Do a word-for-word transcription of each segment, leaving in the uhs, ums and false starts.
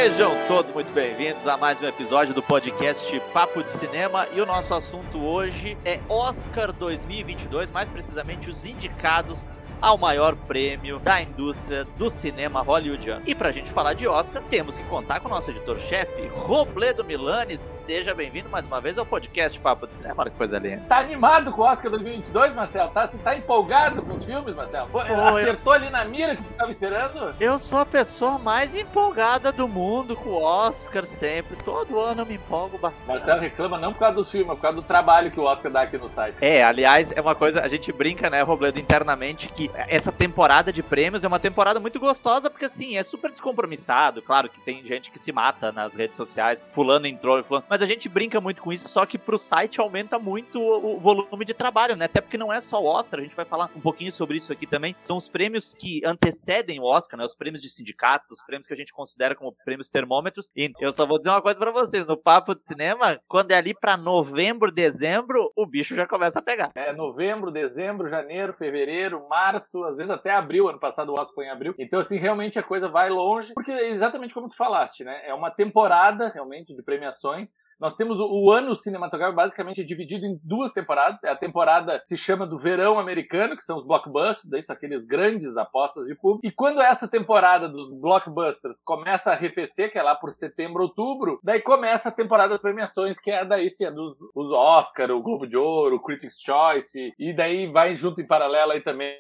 Sejam todos muito bem-vindos a mais um episódio do podcast Papo de Cinema, e o nosso assunto hoje é Oscar dois mil e vinte e dois, mais precisamente os indicados ao maior prêmio da indústria do cinema hollywoodiano. E pra gente falar de Oscar, temos que contar com o nosso editor-chefe, Robledo Milani. Seja bem-vindo mais uma vez ao podcast Papo de Cinema. Olha que coisa linda. Tá animado com o Oscar dois mil e vinte e dois, Marcelo? Tá, tá empolgado com os filmes, Marcelo? Pô, acertou ali na mira que tu tava esperando? Eu sou a pessoa mais empolgada do mundo com o Oscar sempre. Todo ano eu me empolgo bastante. Marcelo reclama não por causa dos filmes, mas por causa do trabalho que o Oscar dá aqui no site. É, aliás, é uma coisa, a gente brinca, né, Robledo, internamente, que essa temporada de prêmios é uma temporada muito gostosa, porque assim, é super descompromissado. Claro que tem gente que se mata nas redes sociais, fulano entrou, fulano, mas a gente brinca muito com isso, só que pro site aumenta muito o, o volume de trabalho, né? Até porque não é só o Oscar, a gente vai falar um pouquinho sobre isso aqui também. São os prêmios que antecedem o Oscar, né? Os prêmios de sindicato, os prêmios que a gente considera como prêmios termômetros. E eu só vou dizer uma coisa pra vocês, no Papo de Cinema, quando é ali pra novembro, dezembro, o bicho já começa a pegar. É, novembro, dezembro, janeiro, fevereiro, março, às vezes até abril. Ano passado o Oscar foi em abril. Então, assim, realmente a coisa vai longe, porque é exatamente como tu falaste, né? É uma temporada, realmente, de premiações. Nós temos o, o ano cinematográfico basicamente dividido em duas temporadas. A temporada se chama do verão americano, que são os blockbusters, daí são aqueles grandes apostas de público. E quando essa temporada dos blockbusters começa a arrefecer, que é lá por setembro, outubro, daí começa a temporada das premiações, que é daí sim, é dos os Oscar, o Globo de Ouro, o Critics' Choice, e daí vai junto em paralelo aí também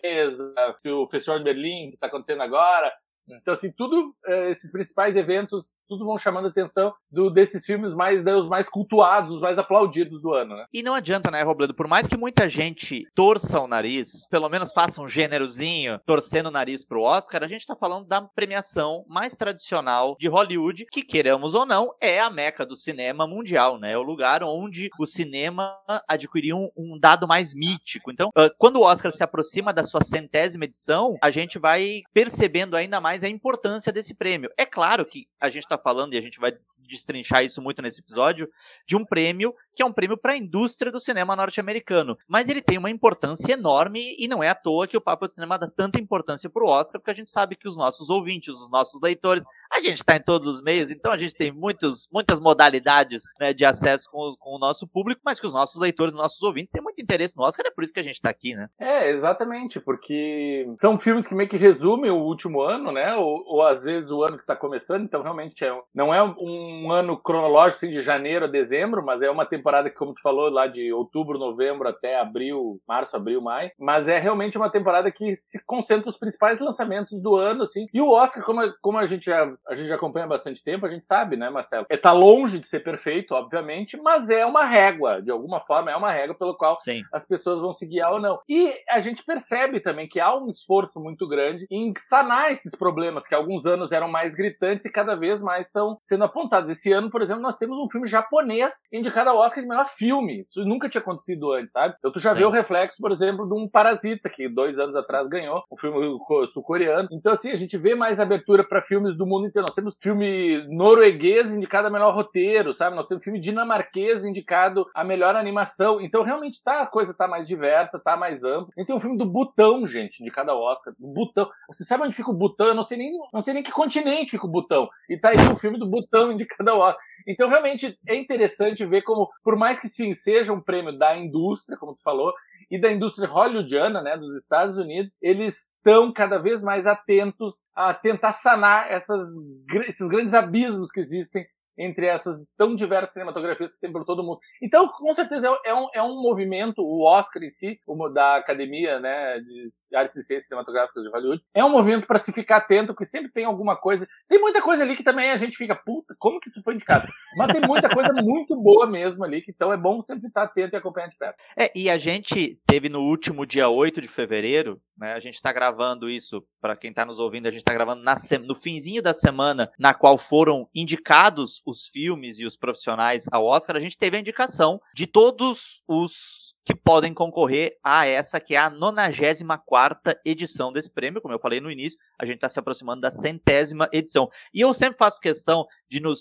o Festival de Berlim, que está acontecendo agora. Então, assim, tudo, esses principais eventos, tudo vão chamando a atenção do, desses filmes mais, os mais cultuados, os mais aplaudidos do ano, né? E não adianta, né, Robledo? Por mais que muita gente torça o nariz, pelo menos faça um gênerozinho torcendo o nariz pro Oscar, a gente tá falando da premiação mais tradicional de Hollywood, que, queiramos ou não, é a meca do cinema mundial, né? É o lugar onde o cinema adquiriu um, um dado mais mítico. Então, uh, quando o Oscar se aproxima da sua centésima edição, a gente vai percebendo ainda mais a importância desse prêmio. É claro que a gente está falando, e a gente vai destrinchar isso muito nesse episódio, de um prêmio que é um prêmio para a indústria do cinema norte-americano. Mas ele tem uma importância enorme, e não é à toa que o Papo de Cinema dá tanta importância para o Oscar, porque a gente sabe que os nossos ouvintes, os nossos leitores, a gente está em todos os meios, então a gente tem muitos, muitas modalidades, né, de acesso com, com o nosso público, mas que os nossos leitores, os nossos ouvintes têm muito interesse no Oscar, é por isso que a gente está aqui, né? É, exatamente, porque são filmes que meio que resumem o último ano, né? Ou, ou às vezes o ano que está começando, então realmente é, não é um ano cronológico assim, de janeiro a dezembro, mas é uma temporada que, como tu falou, lá de outubro, novembro até abril, março, abril, maio, mas é realmente uma temporada que se concentra os principais lançamentos do ano, assim, e o Oscar, como, como a, gente já, a gente já acompanha há bastante tempo, a gente sabe, né, Marcelo? É, tá longe de ser perfeito, obviamente, mas é uma régua, de alguma forma é uma régua pelo qual Sim. as pessoas vão se guiar ou não. E a gente percebe também que há um esforço muito grande em sanar esses problemas que há alguns anos eram mais gritantes e cada vez mais estão sendo apontados. Esse ano, por exemplo, nós temos um filme japonês indicado ao Oscar de melhor filme. Isso nunca tinha acontecido antes, sabe? Então tu já Sim. vê o reflexo, por exemplo, de um Parasita, que dois anos atrás ganhou, um filme sul-coreano. Então, assim, a gente vê mais abertura para filmes do mundo inteiro. Nós temos filme norueguês indicado a melhor roteiro, sabe? Nós temos filme dinamarquês indicado a melhor animação. Então, realmente, tá, a coisa tá mais diversa, tá mais ampla. A gente tem um filme do Butão, gente, indicado ao Oscar. Do Butão. Você sabe onde fica o Butão? Eu não sei nem, não sei nem que continente fica o Butão. E tá aí o filme do Butão indicado ao Oscar. Então, realmente, é interessante ver como, por mais que sim, seja um prêmio da indústria, como tu falou, e da indústria hollywoodiana, né, dos Estados Unidos, eles estão cada vez mais atentos a tentar sanar essas, esses grandes abismos que existem entre essas tão diversas cinematografias que tem por todo mundo. Então, com certeza, é um, é um movimento, o Oscar em si, o da Academia, né, de Artes e Ciências Cinematográficas de Hollywood, é um movimento para se ficar atento, porque sempre tem alguma coisa... Tem muita coisa ali que também a gente fica, puta, como que isso foi indicado? Mas tem muita coisa muito boa mesmo ali, que, então é bom sempre estar atento e acompanhar de perto. É, e a gente teve no último dia oito de fevereiro, né, a gente está gravando isso, para quem está nos ouvindo, a gente está gravando na se... no finzinho da semana na qual foram indicados os filmes e os profissionais ao Oscar, a gente teve a indicação de todos os que podem concorrer a essa que é a nonagésima quarta edição desse prêmio. Como eu falei no início, a gente está se aproximando da centésima edição. E eu sempre faço questão de nos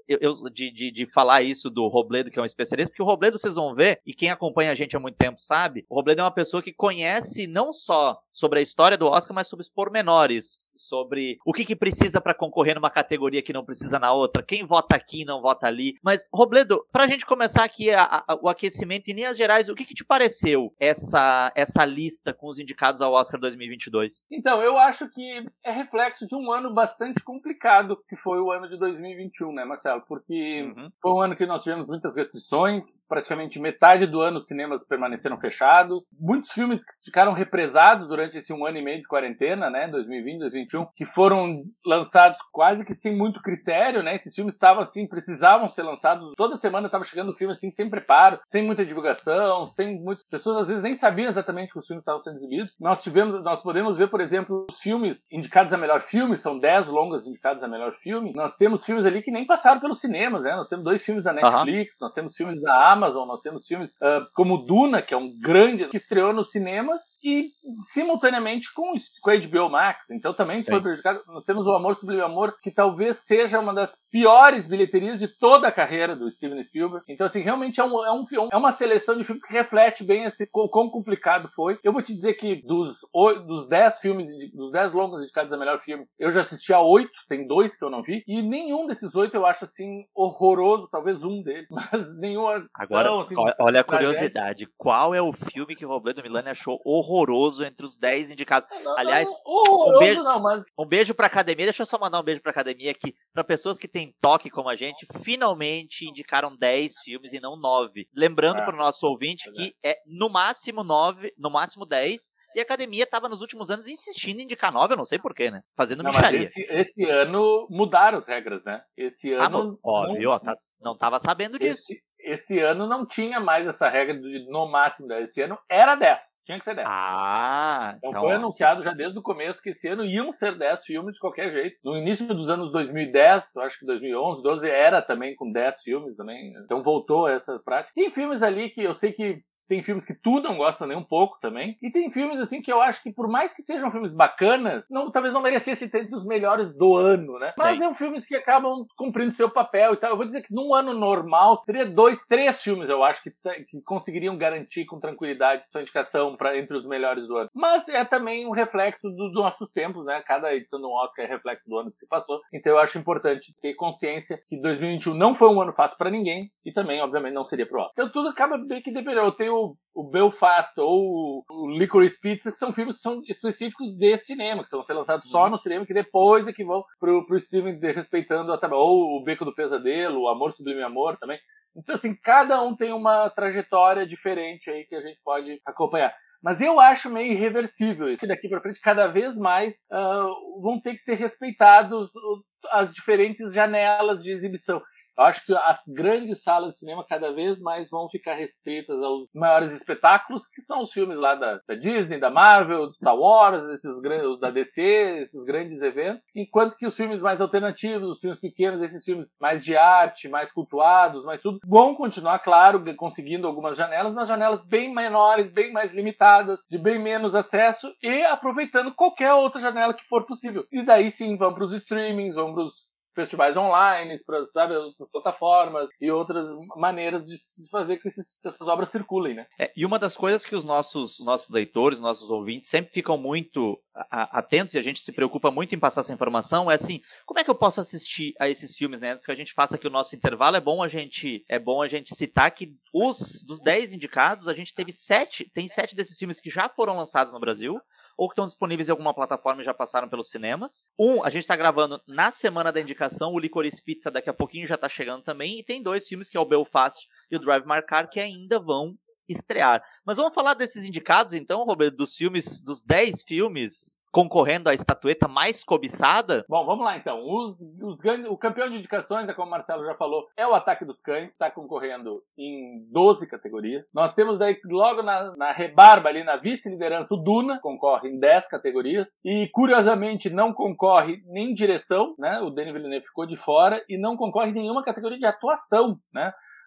eu, eu, de, de, de falar isso do Robledo, que é um especialista, porque o Robledo, vocês vão ver, e quem acompanha a gente há muito tempo sabe, o Robledo é uma pessoa que conhece não só sobre a história do Oscar, mas sobre os pormenores, sobre o que, que precisa para concorrer numa categoria que não precisa na outra, quem vota aqui e não vota ali. Mas, Robledo, pra gente começar aqui a, a, o aquecimento em linhas gerais, o que, que te pareceu essa, essa lista com os indicados ao Oscar dois mil e vinte e dois? Então, eu acho que é reflexo de um ano bastante complicado, que foi o ano de dois mil e vinte e um, né, Marcelo? Porque uhum. foi um ano que nós tivemos muitas restrições, praticamente metade do ano os cinemas permaneceram fechados, muitos filmes ficaram represados durante esse um ano e meio de quarentena, né, dois mil e vinte, dois mil e vinte e um, que foram lançados quase que sem muito critério, né, esses filmes estavam assim, precisavam ser lançados, toda semana estava chegando o filme assim, sem preparo, sem muita divulgação, sem muitas pessoas às vezes nem sabiam exatamente que os filmes estavam sendo exibidos. Nós tivemos, nós podemos ver, por exemplo, os filmes indicados a melhor filme, são dez longas indicados a melhor filme, nós temos filmes ali que nem passaram pelos cinemas, né, nós temos dois filmes da Netflix, uhum. nós temos filmes da Amazon, nós temos filmes uh, como Duna, que é um grande, que estreou nos cinemas e simultaneamente com, com a H B O Max, então também Sim. foi prejudicado. Nós temos O Amor Sublime Amor, que talvez seja uma das piores bilheterias de toda a carreira do Steven Spielberg. Então, assim, realmente é, um, é, um, é uma seleção de filmes que reflete bem esse o quão complicado foi. Eu vou te dizer que dos, dos dez filmes, dos dez longos indicados a melhor filme, eu já assisti a oito, tem dois que eu não vi, e nenhum desses oito eu acho, assim, horroroso, talvez um deles, mas nenhum... Agora, não, assim, olha a curiosidade, qual é o filme que o Robledo Milani achou horroroso entre os dez indicados? Não, Aliás, não, horroroso um beijo, não, mas... um beijo pra academia, deixa eu só mandar um beijo pra academia aqui, pra pessoas que têm toque como a gente, finalmente indicaram dez filmes e não nove. Lembrando é. pro nosso ouvinte que é no máximo nove, no máximo dez, e a academia estava nos últimos anos insistindo em indicar nove, eu não sei porquê, né? Fazendo não, micharia. Mas esse, esse ano mudaram as regras, né? Esse ano... Ah, não, óbvio, não, tá, não tava sabendo disso. Esse, esse ano não tinha mais essa regra de no máximo dez. Esse ano era dez. Tinha que ser dez. Ah, então, então foi anunciado já desde o começo que esse ano iam ser dez filmes de qualquer jeito. No início dos anos dois mil e dez, eu acho que dois mil e onze, doze era também com dez filmes também. Então voltou essa prática. Tem filmes ali que eu sei que tem filmes que tu não gosta nem um pouco também. E tem filmes, assim, que eu acho que por mais que sejam filmes bacanas, não, talvez não merecesse ter entre os melhores do ano, né? Mas são filmes que acabam cumprindo seu papel e tal. Eu vou dizer que num ano normal, teria dois, três filmes, eu acho, que, que conseguiriam garantir com tranquilidade sua indicação pra, entre os melhores do ano. Mas é também um reflexo dos do nossos tempos, né? Cada edição do Oscar é reflexo do ano que se passou. Então eu acho importante ter consciência que dois mil e vinte e um não foi um ano fácil pra ninguém e também, obviamente, não seria pro Oscar. Então tudo acaba bem que dependendo. Eu tenho o Belfast ou o Licorice Pizza, que são filmes que são específicos de cinema, que vão ser lançados só no cinema, que depois é que vão pro, pro streaming respeitando a tabela. Ou o Beco do Pesadelo, o Amor Sublime Amor também. Então, assim, cada um tem uma trajetória diferente aí que a gente pode acompanhar. Mas eu acho meio irreversível isso. Daqui para frente, cada vez mais uh, vão ter que ser respeitados as diferentes janelas de exibição. Eu acho que as grandes salas de cinema cada vez mais vão ficar restritas aos maiores espetáculos, que são os filmes lá da, da Disney, da Marvel, do Star Wars, esses grandes, da D C, esses grandes eventos, enquanto que os filmes mais alternativos, os filmes pequenos, esses filmes mais de arte, mais cultuados, mais tudo, vão continuar, claro, conseguindo algumas janelas, mas janelas bem menores, bem mais limitadas, de bem menos acesso e aproveitando qualquer outra janela que for possível. E daí sim, vão para os streamings, vão para os festivais online, para, sabe, outras plataformas e outras maneiras de fazer que esses, essas obras circulem, né? É, e uma das coisas que os nossos, nossos leitores, nossos ouvintes sempre ficam muito a, atentos e a gente se preocupa muito em passar essa informação é assim, como é que eu posso assistir a esses filmes, né? Antes que a gente faça aqui o nosso intervalo, é bom a gente, é bom a gente citar que os, dos dez indicados, a gente teve sete, tem sete desses filmes que já foram lançados no Brasil, ou que estão disponíveis em alguma plataforma e já passaram pelos cinemas. Um, a gente tá gravando na semana da indicação, o Licorice Pizza daqui a pouquinho já tá chegando também, e tem dois filmes, que é o Belfast e o Drive My Car, que ainda vão estrear. Mas vamos falar desses indicados então, Roberto, dos filmes, dos dez filmes concorrendo à estatueta mais cobiçada? Bom, vamos lá então. Os, os, o campeão de indicações, como o Marcelo já falou, é o Ataque dos Cães, está concorrendo em doze categorias. Nós temos daí logo na, na rebarba ali, na vice-liderança, o Duna, concorre em dez categorias, e curiosamente não concorre nem direção, né? O Denis Villeneuve ficou de fora, e não concorre em nenhuma categoria de atuação, né?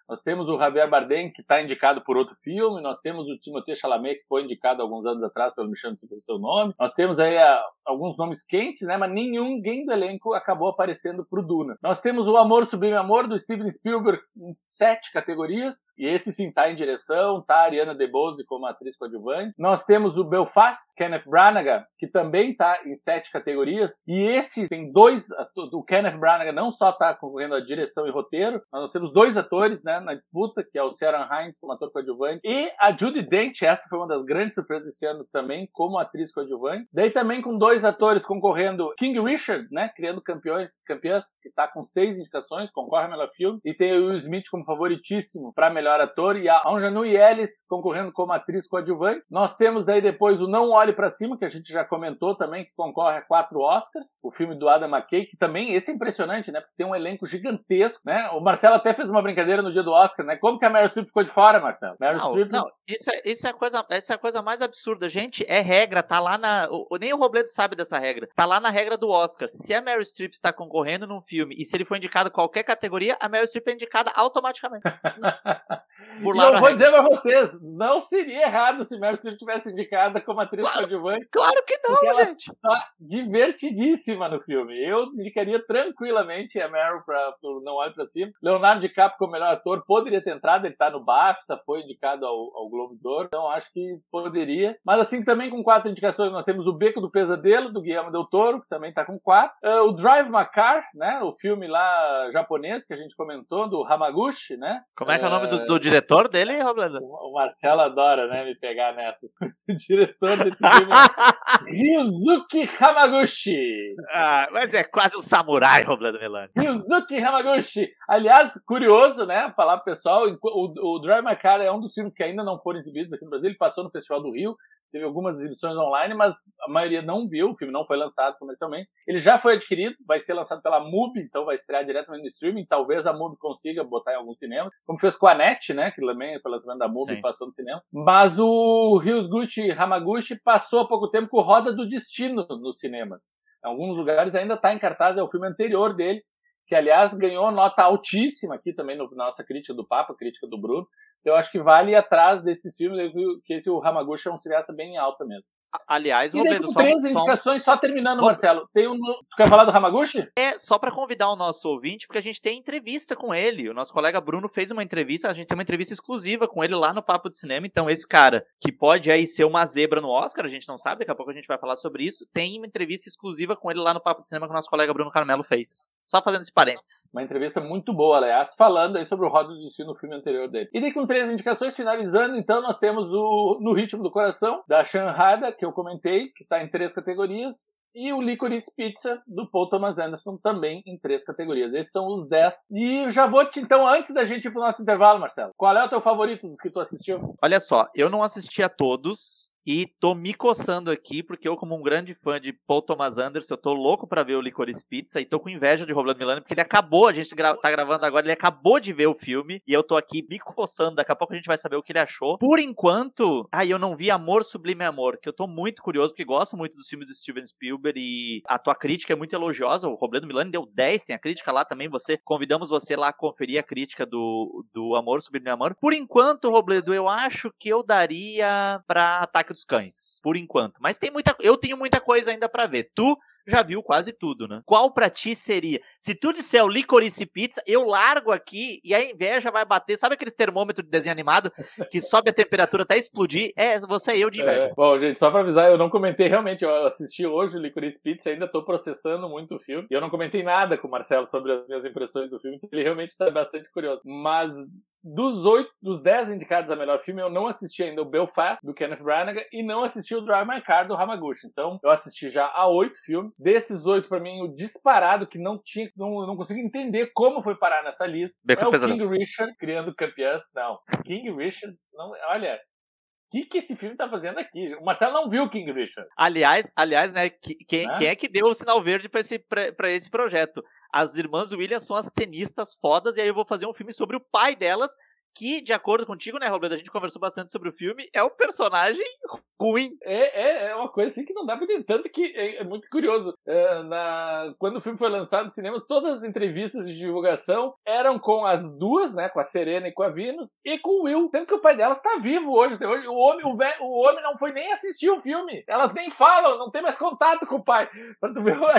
Nós temos o Javier Bardem, que está indicado por outro filme. Nós temos o Timothée Chalamet, que foi indicado alguns anos atrás pelo Me Chame Se For Seu Nome. Nós temos aí a, alguns nomes quentes, né? Mas nenhum, ninguém do elenco acabou aparecendo pro Duna. Nós temos o Amor Sublime Amor, do Steven Spielberg, em sete categorias. E esse sim tá em direção, tá a Ariana DeBose como atriz coadjuvante. Nós temos o Belfast, Kenneth Branagh, que também tá em sete categorias. E esse tem dois, o Kenneth Branagh não só tá concorrendo a direção e roteiro, mas nós temos dois atores, né, na disputa, que é o Ciarán Hinds como ator coadjuvante e a Judi Dench, essa foi uma das grandes surpresas desse ano também, como atriz coadjuvante. Daí também com dois atores concorrendo, King Richard, né, criando campeões, campeãs, que tá com seis indicações, concorre a melhor filme, e tem o Will Smith como favoritíssimo para melhor ator, e a Aunjanue Ellis concorrendo como atriz coadjuvante. Nós temos daí depois o Não Olhe Pra Cima, que a gente já comentou também, que concorre a quatro Oscars, o filme do Adam McKay, que também, esse é impressionante, né, porque tem um elenco gigantesco, né, o Marcelo até fez uma brincadeira no dia do Oscar, né, como que a Meryl Streep ficou de fora, Marcelo? Meryl não, Streep... não, isso é, isso é a coisa, essa é a coisa mais absurda, gente, é regra, tá lá na, o, nem o Robledo sabe dessa regra, tá lá na regra do Oscar, se a Meryl Streep está concorrendo num filme, e se ele for indicado em qualquer categoria, a Meryl Streep é indicada automaticamente. Por lá, e eu vou regra. dizer pra vocês, não seria errado se Meryl Streep tivesse indicada como atriz claro, coadjuvante. Claro que não, gente. Ela tá divertidíssima no filme. Eu indicaria tranquilamente a Meryl pra, pro Não Olhe Pra Cima. Leonardo DiCaprio como melhor ator poderia ter entrado, ele tá no BAFTA, foi indicado ao, ao Globo de Ouro, então acho que poderia. Mas assim, também com quatro indicações, nós temos o Beco do Pesadelo, do Guillermo del Toro, que também tá com quatro. Uh, o Drive My Car, né, o filme lá japonês que a gente comentou, do Hamaguchi, né. Como é que é o nome do, do diretor dele, Robledo? O, o Marcelo adora, né, me pegar nessa. O diretor desse filme é Ryuzuki Hamaguchi. Ah, mas é quase um samurai, Robledo Milani. Ryuzuki Hamaguchi. Aliás, curioso, né, falar pro pessoal, o, o Drive My Car é um dos filmes que ainda não foram exibidos aqui no Brasil, ele passou no Festival do Rio, teve algumas exibições online, mas a maioria não viu, o filme não foi lançado comercialmente. Ele já foi adquirido, vai ser lançado pela MUBI, então vai estrear diretamente no streaming, talvez a MUBI consiga botar em algum cinema, como fez com a NET, né, que também foi lançamento da MUBI e passou no cinema. Mas o Ryuzuki Hamaguchi passou há pouco tempo com Roda do Destino nos cinemas. Em alguns lugares ainda está em cartaz, é o filme anterior dele, que aliás ganhou nota altíssima aqui também no, na nossa crítica do Papa, crítica do Bruno. Eu acho que vale ir atrás desses filmes, que esse o Hamaguchi é um cineasta bem alta mesmo. Aliás, e Robledo, só... três indicações, só terminando, Rob... Marcelo. Tem um... Tu quer falar do Hamaguchi? É, só para convidar o nosso ouvinte, porque a gente tem entrevista com ele. O nosso colega Bruno fez uma entrevista, a gente tem uma entrevista exclusiva com ele lá no Papo de Cinema. Então, esse cara, que pode aí ser uma zebra no Oscar, a gente não sabe, daqui a pouco a gente vai falar sobre isso, tem uma entrevista exclusiva com ele lá no Papo de Cinema que o nosso colega Bruno Carmelo fez. Só fazendo esse parênteses. Uma entrevista muito boa, aliás, falando aí sobre o Roda do Destino, no filme anterior dele. E daí com três indicações, finalizando, então, nós temos o No Ritmo do Coração, da Shan Hada, que eu comentei, que está em três categorias, e o Licorice Pizza, do Paul Thomas Anderson, também em três categorias. Esses são os dez. E já vou te, então, antes da gente ir pro nosso intervalo, Marcelo, qual é o teu favorito dos que tu assistiu? Olha só, eu não assisti a todos, e tô me coçando aqui, porque eu, como um grande fã de Paul Thomas Anderson, eu tô louco pra ver o Licorice Pizza, e tô com inveja de Robledo Milani, porque ele acabou, a gente gra- tá gravando agora, ele acabou de ver o filme, e eu tô aqui me coçando, daqui a pouco a gente vai saber o que ele achou. Por enquanto, ah, eu não vi Amor Sublime Amor, que eu tô muito curioso, porque gosto muito dos filmes do Steven Spielberg, e a tua crítica é muito elogiosa, o Robledo Milani deu dez, tem a crítica lá também, você, convidamos você lá a conferir a crítica do, do Amor Sublime Amor. Por enquanto, Robledo, eu acho que eu daria pra Ataque dos Cães, por enquanto. Mas tem muita, eu tenho muita coisa ainda pra ver. Tu já viu quase tudo, né? Qual pra ti seria? Se tu disser o Licorice Pizza, eu largo aqui e a inveja vai bater. Sabe aquele termômetro de desenho animado que sobe a temperatura até explodir? É, você e eu de inveja. É. Bom, gente, só pra avisar, eu não comentei realmente, eu assisti hoje o Licorice Pizza, ainda tô processando muito o filme, e eu não comentei nada com o Marcelo sobre as minhas impressões do filme, ele realmente tá bastante curioso. Mas dos oito, dos dez indicados a melhor filme, eu não assisti ainda o Belfast, do Kenneth Branagh, e não assisti o Drive My Car, do Hamaguchi. Então, eu assisti já a oito filmes. Desses oito, pra mim, o disparado, que não tinha, não, não consigo entender como foi parar nessa lista, Beco é o pesadão. King Richard, criando campeãs. Não, King Richard, não, olha... O que, que esse filme tá fazendo aqui? O Marcelo não viu King Richard. Aliás, aliás, né, que, quem, é? quem é que deu o sinal verde pra esse, pra, pra esse projeto? As irmãs Williams são as tenistas fodas, e aí eu vou fazer um filme sobre o pai delas, que, de acordo contigo, né, Robledo, a gente conversou bastante sobre o filme, é o personagem ruim. É, é, é uma coisa assim que não dá pra entender, tanto que é, é muito curioso. É, na, quando o filme foi lançado nos cinemas, todas as entrevistas de divulgação eram com as duas, né, com a Serena e com a Venus, e com o Will, sendo que o pai delas tá vivo hoje. Até hoje o, homem, o, vé, o homem não foi nem assistir o filme. Elas nem falam, não tem mais contato com o pai. Pra tu ver o,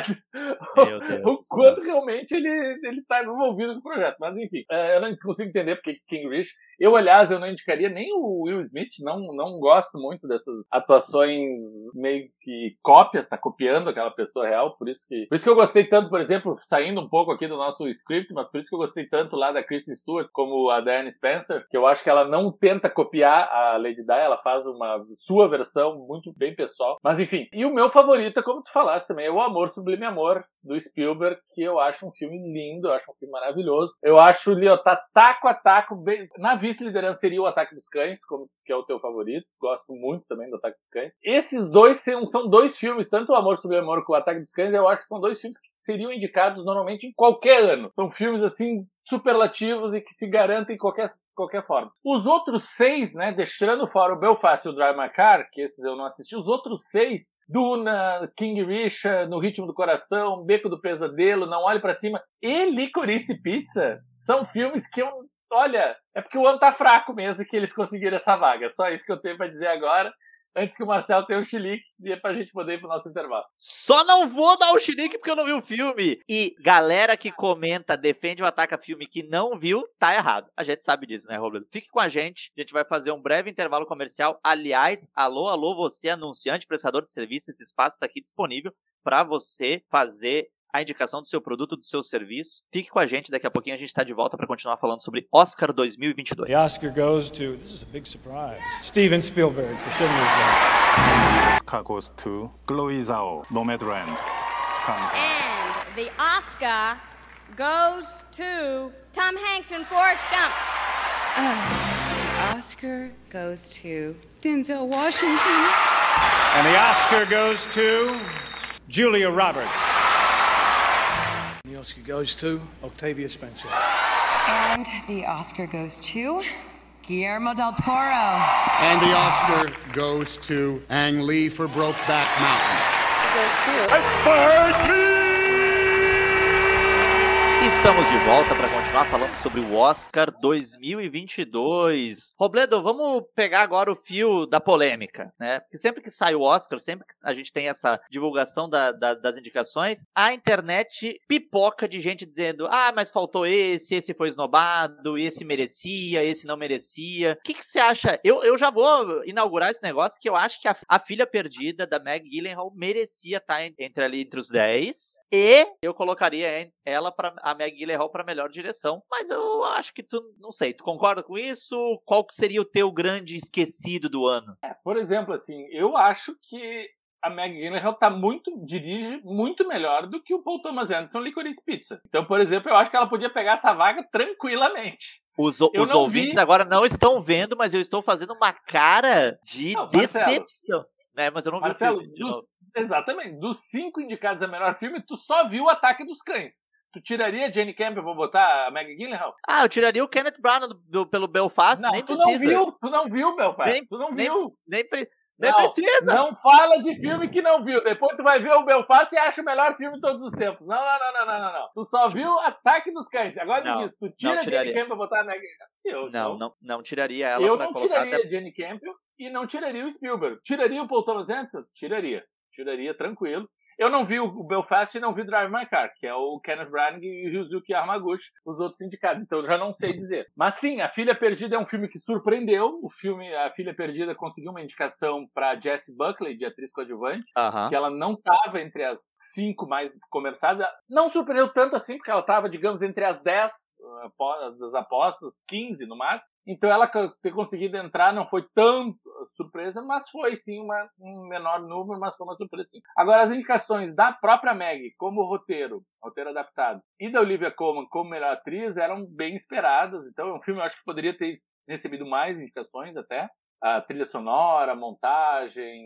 o, o quanto realmente ele, ele tá envolvido no projeto. Mas enfim, é, eu não consigo entender porque King Rich. Eu, aliás, eu não indicaria nem o Will Smith, não, não gosto muito dessas atuações meio que cópias, tá copiando aquela pessoa real, por isso que por isso que eu gostei tanto, por exemplo, saindo um pouco aqui do nosso script, mas por isso que eu gostei tanto lá da Kristen Stewart como a Diane Spencer, que eu acho que ela não tenta copiar a Lady Di, ela faz uma sua versão muito bem pessoal, mas enfim. E o meu favorito, como tu falaste também, é O Amor Sublime Amor, do Spielberg, que eu acho um filme lindo, eu acho um filme maravilhoso. Eu acho ele, ó, tá taco a taco, bem... na vice-liderança seria o Ataque dos Cães, como, que é o teu favorito. Gosto muito também do Ataque dos Cães. Esses dois são, são dois filmes, tanto O Amor Sublime Amor como O Ataque dos Cães, eu acho que são dois filmes que seriam indicados normalmente em qualquer ano. São filmes, assim, superlativos e que se garantem em qualquer qualquer forma. Os outros seis, né, deixando fora o Belfast e o Drive My Car, que esses eu não assisti, os outros seis, Duna, King Richard, No Ritmo do Coração, Beco do Pesadelo, Não Olhe Pra Cima e Licorice Pizza, são filmes que eu, olha, é porque o ano tá fraco mesmo que eles conseguiram essa vaga. Só isso que eu tenho pra dizer agora. Antes que o Marcelo tenha um chilique e é pra gente poder ir pro nosso intervalo. Só não vou dar o chilique porque eu não vi o filme. E galera que comenta, defende o Ataca Filme que não viu, tá errado. A gente sabe disso, né, Robledo? Fique com a gente. A gente vai fazer um breve intervalo comercial. Aliás, alô, alô, você anunciante, prestador de serviço, esse espaço tá aqui disponível pra você fazer a indicação do seu produto, do seu serviço. Fique com a gente, daqui a pouquinho a gente está de volta para continuar falando sobre Oscar dois mil e vinte e dois. The Oscar goes to, this is a big surprise, Steven Spielberg for Schindler's List. Oscar goes to Chloe Zhao, Nomadland. And the Oscar goes to Tom Hanks and Forrest Gump. Uh, the Oscar goes to Denzel Washington. And the Oscar goes to Julia Roberts. The Oscar goes to Octavia Spencer. And the Oscar goes to Guillermo del Toro. And the Oscar goes to Ang Lee for Brokeback Mountain. Estamos de volta para continuar falando sobre o Oscar dois mil e vinte e dois. Robledo, vamos pegar agora o fio da polêmica, né? Porque sempre que sai o Oscar, sempre que a gente tem essa divulgação da, da, das indicações, a internet pipoca de gente dizendo: ah, mas faltou esse, esse foi esnobado, esse merecia, esse não merecia. O que, que você acha? Eu, eu já vou inaugurar esse negócio que eu acho que a, a Filha Perdida da Meg Gyllenhaal merecia estar entre ali entre os dez, e eu colocaria ela para a Meg Gyllenhaal para melhor direção, mas eu acho que tu, não sei, tu concorda com isso? Qual que seria o teu grande esquecido do ano? É, por exemplo, assim, eu acho que a Meg Gyllenhaal tá muito, dirige muito melhor do que o Paul Thomas Anderson Licorice Pizza. Então, por exemplo, eu acho que ela podia pegar essa vaga tranquilamente. Os, os ouvintes vi... agora não estão vendo, mas eu estou fazendo uma cara de não, decepção. Né? Mas eu não Marcelo, vi o filme. Dos, exatamente. Dos cinco indicados a melhor filme, tu só viu o Ataque dos Cães. Tu tiraria a Jane Campion pra botar a Meg Gyllenhaal? Ah, eu tiraria o Kenneth Branagh do, do, pelo Belfast, não, nem tu precisa. Não viu, tu não viu Belfast, nem, tu não nem, viu. Nem, nem, nem não, precisa. Não fala de filme que não viu. Depois tu vai ver o Belfast e acha o melhor filme de todos os tempos. Não, não, não, não, não, não. não. Tu só viu Ataque dos Cães. Agora não, me diz, tu tira a Jane Campion pra botar a Meg Gyllenhaal? Eu não, não, não, não tiraria ela eu pra não colocar... Eu não tiraria até... a Jane Campion e não tiraria o Spielberg. Tiraria o Paul Thomas Anderson? Tiraria. Tiraria, tranquilo. Eu não vi o Belfast e não vi Drive My Car, que é o Kenneth Branagh e o Ryusuke Hamaguchi, os outros indicados. Então eu já não sei dizer. Mas sim, A Filha Perdida é um filme que surpreendeu. O filme A Filha Perdida conseguiu uma indicação para Jessie Buckley, de atriz coadjuvante, uh-huh. que ela não estava entre as cinco mais comerciadas. Não surpreendeu tanto assim, porque ela estava, digamos, entre as dez das apostas, quinze no máximo. Então ela ter conseguido entrar não foi tão surpresa, mas foi sim uma, um menor número, mas foi uma surpresa sim. Agora, as indicações da própria Meg como roteiro, roteiro adaptado, e da Olivia Colman como melhor atriz eram bem esperadas. Então é um filme, eu acho que poderia ter recebido mais indicações até. A trilha sonora, a montagem,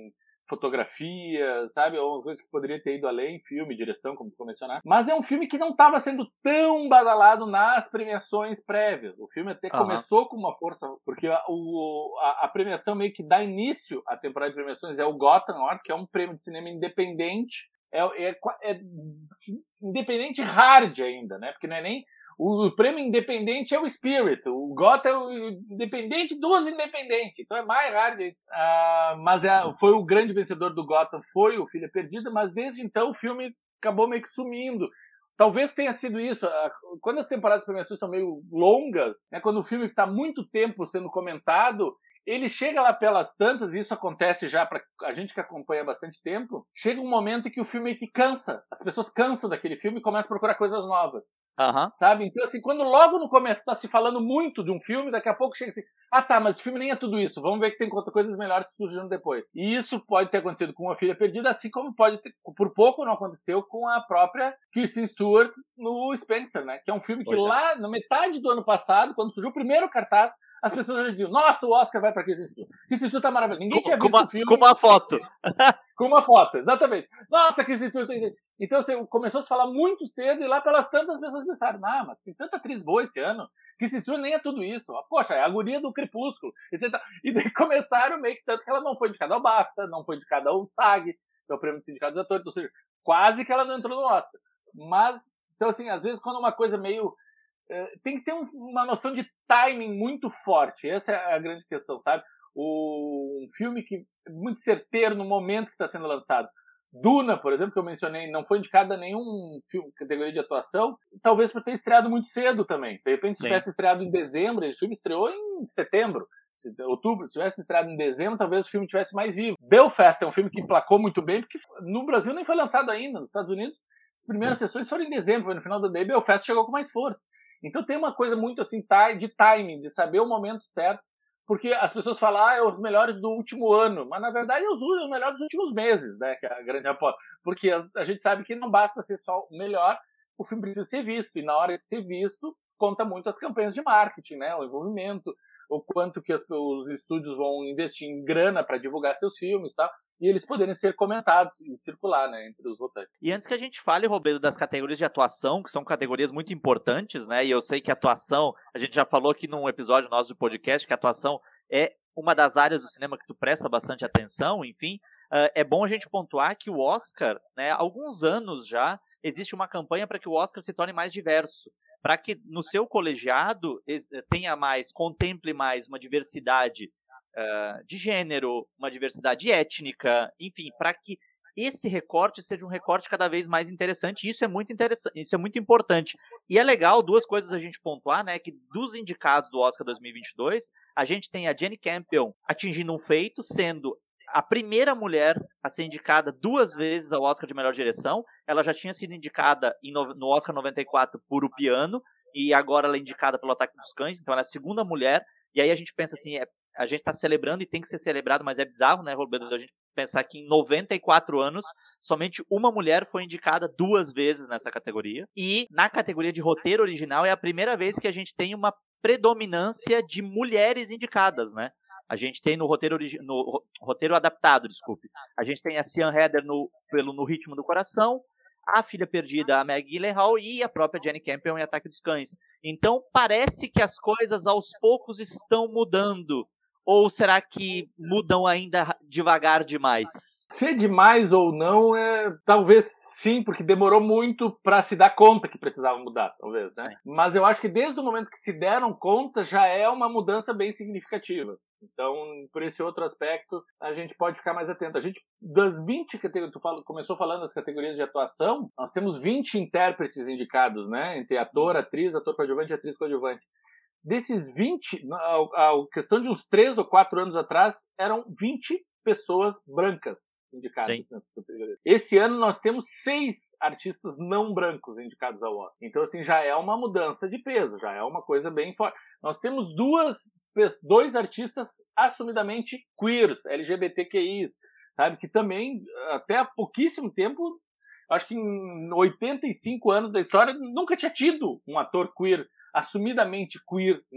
fotografia, sabe? Ou uma coisa que poderia ter ido além, filme, direção, como tu mencionar. Mas é um filme que não estava sendo tão badalado nas premiações prévias. O filme até uhum. começou com uma força, porque a, o, a, a premiação meio que dá início à temporada de premiações é o Gotham Award, que é um prêmio de cinema independente. É, é, é independente hard ainda, né? Porque não é nem... O, o prêmio independente é o Spirit, o Gotham é o independente dos independentes, então é mais hard. Uh, mas é, foi o grande vencedor do Gotham, foi o Filha Perdida, mas desde então o filme acabou meio que sumindo. Talvez tenha sido isso, uh, quando as temporadas de premiação são meio longas, né, quando o filme está muito tempo sendo comentado, ele chega lá pelas tantas, e isso acontece já para a gente que acompanha há bastante tempo, chega um momento em que o filme que cansa, as pessoas cansam daquele filme e começam a procurar coisas novas. Uhum. Sabe? Então, assim, quando logo no começo está se falando muito de um filme, daqui a pouco chega assim, ah tá, mas o filme nem é tudo isso, vamos ver que tem coisas melhores que surgiram depois. E isso pode ter acontecido com A Filha Perdida, assim como pode ter, por pouco não aconteceu com a própria Kristen Stewart no Spencer, né? Que é um filme que pois lá, é. na metade do ano passado, quando surgiu o primeiro cartaz, as pessoas já diziam, nossa, o Oscar vai pra Kristen Stewart. Kristen Stewart tá maravilhoso. Ninguém com, tinha visto uma, o filme. Com uma foto. Com uma foto, exatamente. Nossa, Kristen Stewart. Então, assim, começou a se falar muito cedo e lá pelas tantas pessoas pensaram, ah, mas tem tanta atriz boa esse ano. Kristen Stewart nem é tudo isso. Poxa, é a guria do Crepúsculo. etcétera. E daí começaram meio que tanto que ela não foi indicada ao BAFTA, não foi indicada ao SAG, que é o Prêmio de Sindicato dos Atores. Ou seja, quase que ela não entrou no Oscar. Mas, então, assim, às vezes quando uma coisa meio... tem que ter um, uma noção de timing muito forte. Essa é a grande questão, sabe? O, um filme que é muito certeiro no momento que está sendo lançado. Duna, por exemplo, que eu mencionei, não foi indicada a nenhum filme, categoria de atuação, talvez por ter estreado muito cedo também. De repente, se Sim. tivesse estreado em dezembro, o filme estreou em setembro, outubro. Se tivesse estreado em dezembro, talvez o filme tivesse mais vivo. Belfast é um filme que emplacou muito bem, porque no Brasil nem foi lançado ainda. Nos Estados Unidos, as primeiras Sim. sessões foram em dezembro, foi no final do dia, Belfast chegou com mais força. Então tem uma coisa muito assim de timing, de saber o momento certo, porque as pessoas falam, ah, é os melhores do último ano, mas na verdade é os, os melhores dos últimos meses, né, que é a grande aposta, porque a, a gente sabe que não basta ser só o melhor, o filme precisa ser visto, e na hora de ser visto, conta muito as campanhas de marketing, né, o envolvimento, o quanto que as, os estúdios vão investir em grana para divulgar seus filmes e tal, e eles poderem ser comentados e circular, né, entre os votantes. E antes que a gente fale, Robledo, das categorias de atuação, que são categorias muito importantes, né, e eu sei que a atuação, a gente já falou aqui num episódio nosso do podcast, que a atuação é uma das áreas do cinema que tu presta bastante atenção, enfim, uh, é bom a gente pontuar que o Oscar, né, há alguns anos já, existe uma campanha para que o Oscar se torne mais diverso, para que no seu colegiado tenha mais, contemple mais uma diversidade uh, de gênero, uma diversidade étnica, enfim, para que esse recorte seja um recorte cada vez mais interessante, e isso é muito interessante, isso é muito importante. E é legal, duas coisas a gente pontuar, né, que dos indicados do Oscar dois mil e vinte e dois, a gente tem a Jane Campion atingindo um feito, sendo a primeira mulher a ser indicada duas vezes ao Oscar de melhor direção. Ela já tinha sido indicada em no, no Oscar noventa e quatro por O Piano, e agora ela é indicada pelo Ataque dos Cães, então ela é a segunda mulher. E aí a gente pensa assim, é, a gente está celebrando e tem que ser celebrado, mas é bizarro, né, Roberto, a gente pensar que em noventa e quatro anos, somente uma mulher foi indicada duas vezes nessa categoria. E na categoria de roteiro original é a primeira vez que a gente tem uma predominância de mulheres indicadas, né? A gente tem no roteiro, origi- no roteiro adaptado, desculpe. A gente tem a Sian Heder no, pelo No Ritmo do Coração, a Filha Perdida, a Maggie Gyllenhaal, e a própria Jane Campion em Ataque dos Cães. Então, parece que as coisas aos poucos estão mudando. Ou será que mudam ainda devagar demais? Ser demais ou não, é talvez sim, porque demorou muito para se dar conta que precisava mudar, talvez, né? Sim. Mas eu acho que desde o momento que se deram conta, já é uma mudança bem significativa. Então, por esse outro aspecto, a gente pode ficar mais atento. A gente, das vinte categorias, tu fala, começou falando das categorias de atuação, nós temos vinte intérpretes indicados, né? Entre ator, atriz, ator coadjuvante e atriz coadjuvante. Desses vinte, a, a questão de uns três ou quatro anos atrás, eram vinte pessoas brancas indicadas nessas categorias. Esse ano nós temos seis artistas não brancos indicados ao Oscar. Então, assim, já é uma mudança de peso, já é uma coisa bem forte. Nós temos duas, dois artistas assumidamente queers, L G B T Q Is, sabe? Que também, até há pouquíssimo tempo, acho que em oitenta e cinco anos da história, nunca tinha tido um ator queer assumidamente queer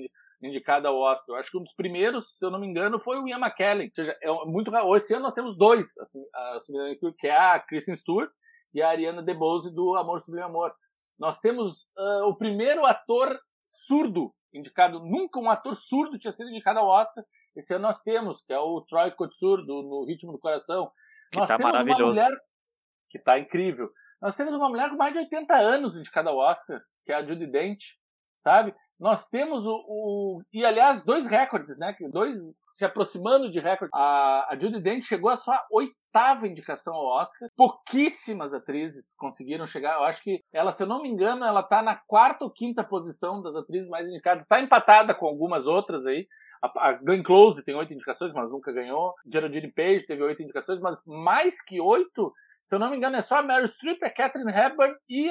indicado ao Oscar. Eu acho que um dos primeiros, se eu não me engano, foi o Ian McKellen. Ou seja, é muito raro. Esse ano nós temos dois, assim, a, que é a Kristen Stewart e a Ariana DeBose do Amor Sublime Amor. Nós temos uh, o primeiro ator surdo indicado. Nunca um ator surdo tinha sido indicado ao Oscar. Esse ano nós temos, que é o Troy Kotsur, do No Ritmo do Coração. Que nós tá temos maravilhoso. Uma mulher que tá incrível. Nós temos uma mulher com mais de oitenta anos indicada ao Oscar, que é a Judi Dench, sabe? Nós temos o, o... E, aliás, dois recordes, né? Dois se aproximando de recorde. A, a Judi Dench chegou à sua oitava indicação ao Oscar. Pouquíssimas atrizes conseguiram chegar. Eu acho que ela, se eu não me engano, ela tá na quarta ou quinta posição das atrizes mais indicadas. Está empatada com algumas outras aí. A, a Glenn Close tem oito indicações, mas nunca ganhou. Geraldine Page teve oito indicações, mas mais que oito... Se eu não me engano, é só a Meryl Streep, a Katharine Hepburn e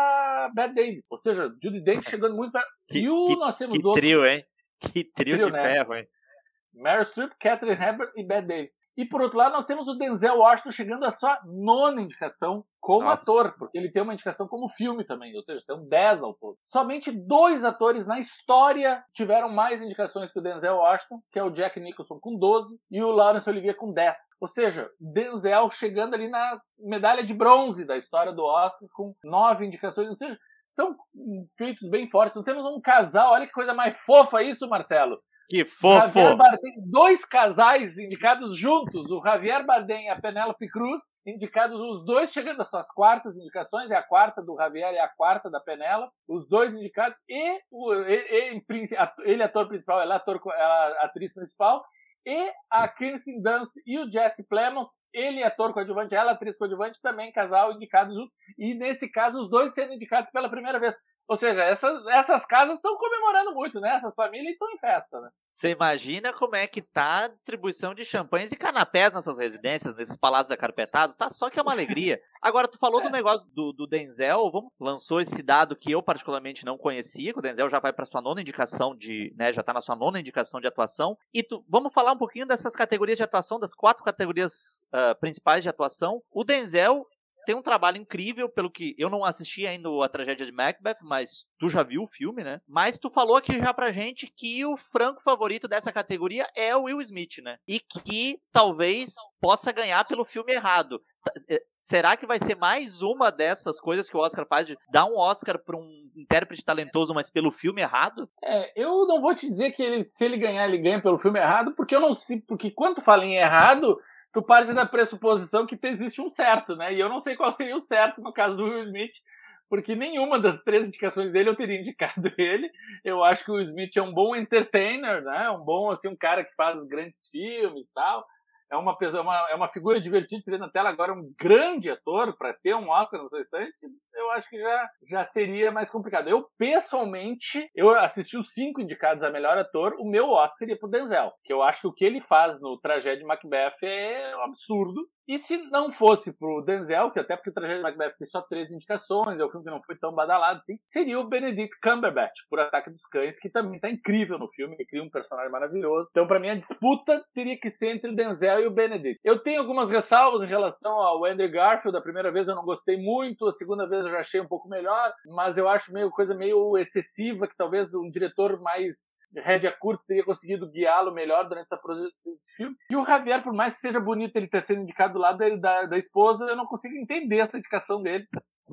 a Bette Davis. Ou seja, Judi Dench chegando muito perto. E o, que, nós temos que do trio, hein? Que trio, trio de né? ferro, hein? Meryl Streep, Katharine Hepburn e Bette Davis. E por outro lado, nós temos o Denzel Washington chegando à sua nona indicação como Nossa. ator, porque ele tem uma indicação como filme também, ou seja, são dez ao todo. Somente dois atores na história tiveram mais indicações que o Denzel Washington, que é o Jack Nicholson com doze e o Laurence Olivier com dez. Ou seja, Denzel chegando ali na medalha de bronze da história do Oscar com nove indicações, ou seja, são feitos bem fortes. Nós temos um casal, olha que coisa mais fofa isso, Marcelo. Que fofo! Javier Bardem, dois casais indicados juntos, o Javier Bardem e a Penélope Cruz, indicados os dois chegando às suas quartas indicações, é a quarta do Javier e a quarta da Penélope, os dois indicados, e o, ele, ele ator principal, ela, ator, ela atriz principal, e a Kirsten Dunst e o Jesse Plemons, ele ator coadjuvante, ela atriz coadjuvante, também casal indicados juntos, e nesse caso os dois sendo indicados pela primeira vez. Ou seja, essas, essas casas estão comemorando muito, né? Essas famílias estão em festa, né? Você imagina como é que tá a distribuição de champanhes e canapés nessas residências, nesses palácios acarpetados? Tá só que é uma alegria. Agora, tu falou é. do negócio do, do Denzel, vamos, lançou esse dado que eu particularmente não conhecia, que o Denzel já vai para sua nona indicação de, né, já tá na sua nona indicação de atuação. E tu, vamos falar um pouquinho dessas categorias de atuação, das quatro categorias uh, principais de atuação. O Denzel tem um trabalho incrível, pelo que eu não assisti ainda a Tragédia de Macbeth, mas tu já viu o filme, né? Mas tu falou aqui já pra gente que o franco favorito dessa categoria é o Will Smith, né? E que talvez possa ganhar pelo filme errado. Será que vai ser mais uma dessas coisas que o Oscar faz, de dar um Oscar pra um intérprete talentoso, mas pelo filme errado? É, eu não vou te dizer que ele, se ele ganhar, ele ganha pelo filme errado, porque eu não sei, porque quando tu fala em errado, tu parte da pressuposição que existe um certo, né? E eu não sei qual seria o certo no caso do Will Smith, porque nenhuma das três indicações dele eu teria indicado ele. Eu acho que o Will Smith é um bom entertainer, né? Um bom, assim, um cara que faz grandes filmes e tal. É uma, pessoa, uma, é uma figura divertida de se ver na tela. Agora, um grande ator para ter um Oscar na sua estante, eu acho que já, já seria mais complicado. Eu, pessoalmente, eu assisti os cinco indicados a melhor ator, o meu Oscar seria pro Denzel, que eu acho que o que ele faz no Tragédia de Macbeth é um absurdo. E se não fosse pro Denzel, que até porque o Tragédia de Macbeth tem só três indicações, é um filme que não foi tão badalado assim, seria o Benedict Cumberbatch, por Ataque dos Cães, que também tá incrível no filme, que cria um personagem maravilhoso. Então, pra mim, a disputa teria que ser entre o Denzel e o Benedict. Eu tenho algumas ressalvas em relação ao Andrew Garfield. A primeira vez eu não gostei muito, a segunda vez eu já achei um pouco melhor, mas eu acho meio coisa meio excessiva, que talvez um diretor mais rédea curta teria conseguido guiá-lo melhor durante essa produção desse filme. E o Javier, por mais que seja bonito ele ter sido indicado do lado da, da, da esposa, eu não consigo entender essa indicação dele.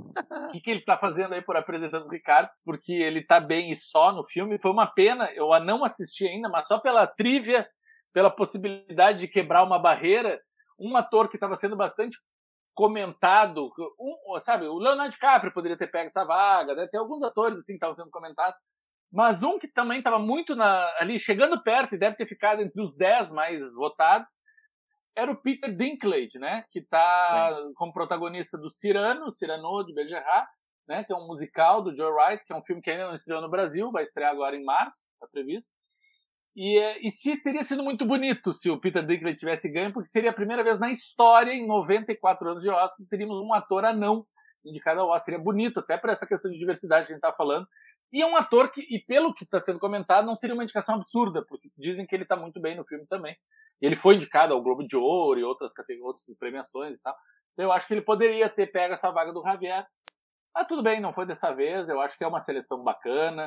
O que, que ele tá fazendo aí por apresentando o Ricardo? Porque ele tá bem e só no filme. Foi uma pena, eu a não assisti ainda, mas só pela trivia, pela possibilidade de quebrar uma barreira, um ator que estava sendo bastante comentado, um, sabe, o Leonardo DiCaprio poderia ter pego essa vaga, né? Tem alguns atores assim que estavam sendo comentados, mas um que também estava muito na, ali, chegando perto e deve ter ficado entre os dez mais votados, era o Peter Dinklage, né? Que está como protagonista do Cyrano, Cyrano de Bergerac, né? Que é um musical do Joe Wright, que é um filme que ainda não estreou no Brasil, vai estrear agora em março, está previsto. E, e se teria sido muito bonito se o Peter Dinklage tivesse ganho, porque seria a primeira vez na história, em noventa e quatro anos de Oscar, que teríamos um ator anão indicado ao Oscar. Seria bonito, até por essa questão de diversidade que a gente está falando. E é um ator que, e pelo que está sendo comentado, não seria uma indicação absurda, porque dizem que ele está muito bem no filme também. Ele foi indicado ao Globo de Ouro e outras, outras premiações e tal. Então eu acho que ele poderia ter pego essa vaga do Javier. Ah, tudo bem, não foi dessa vez. Eu acho que é uma seleção bacana.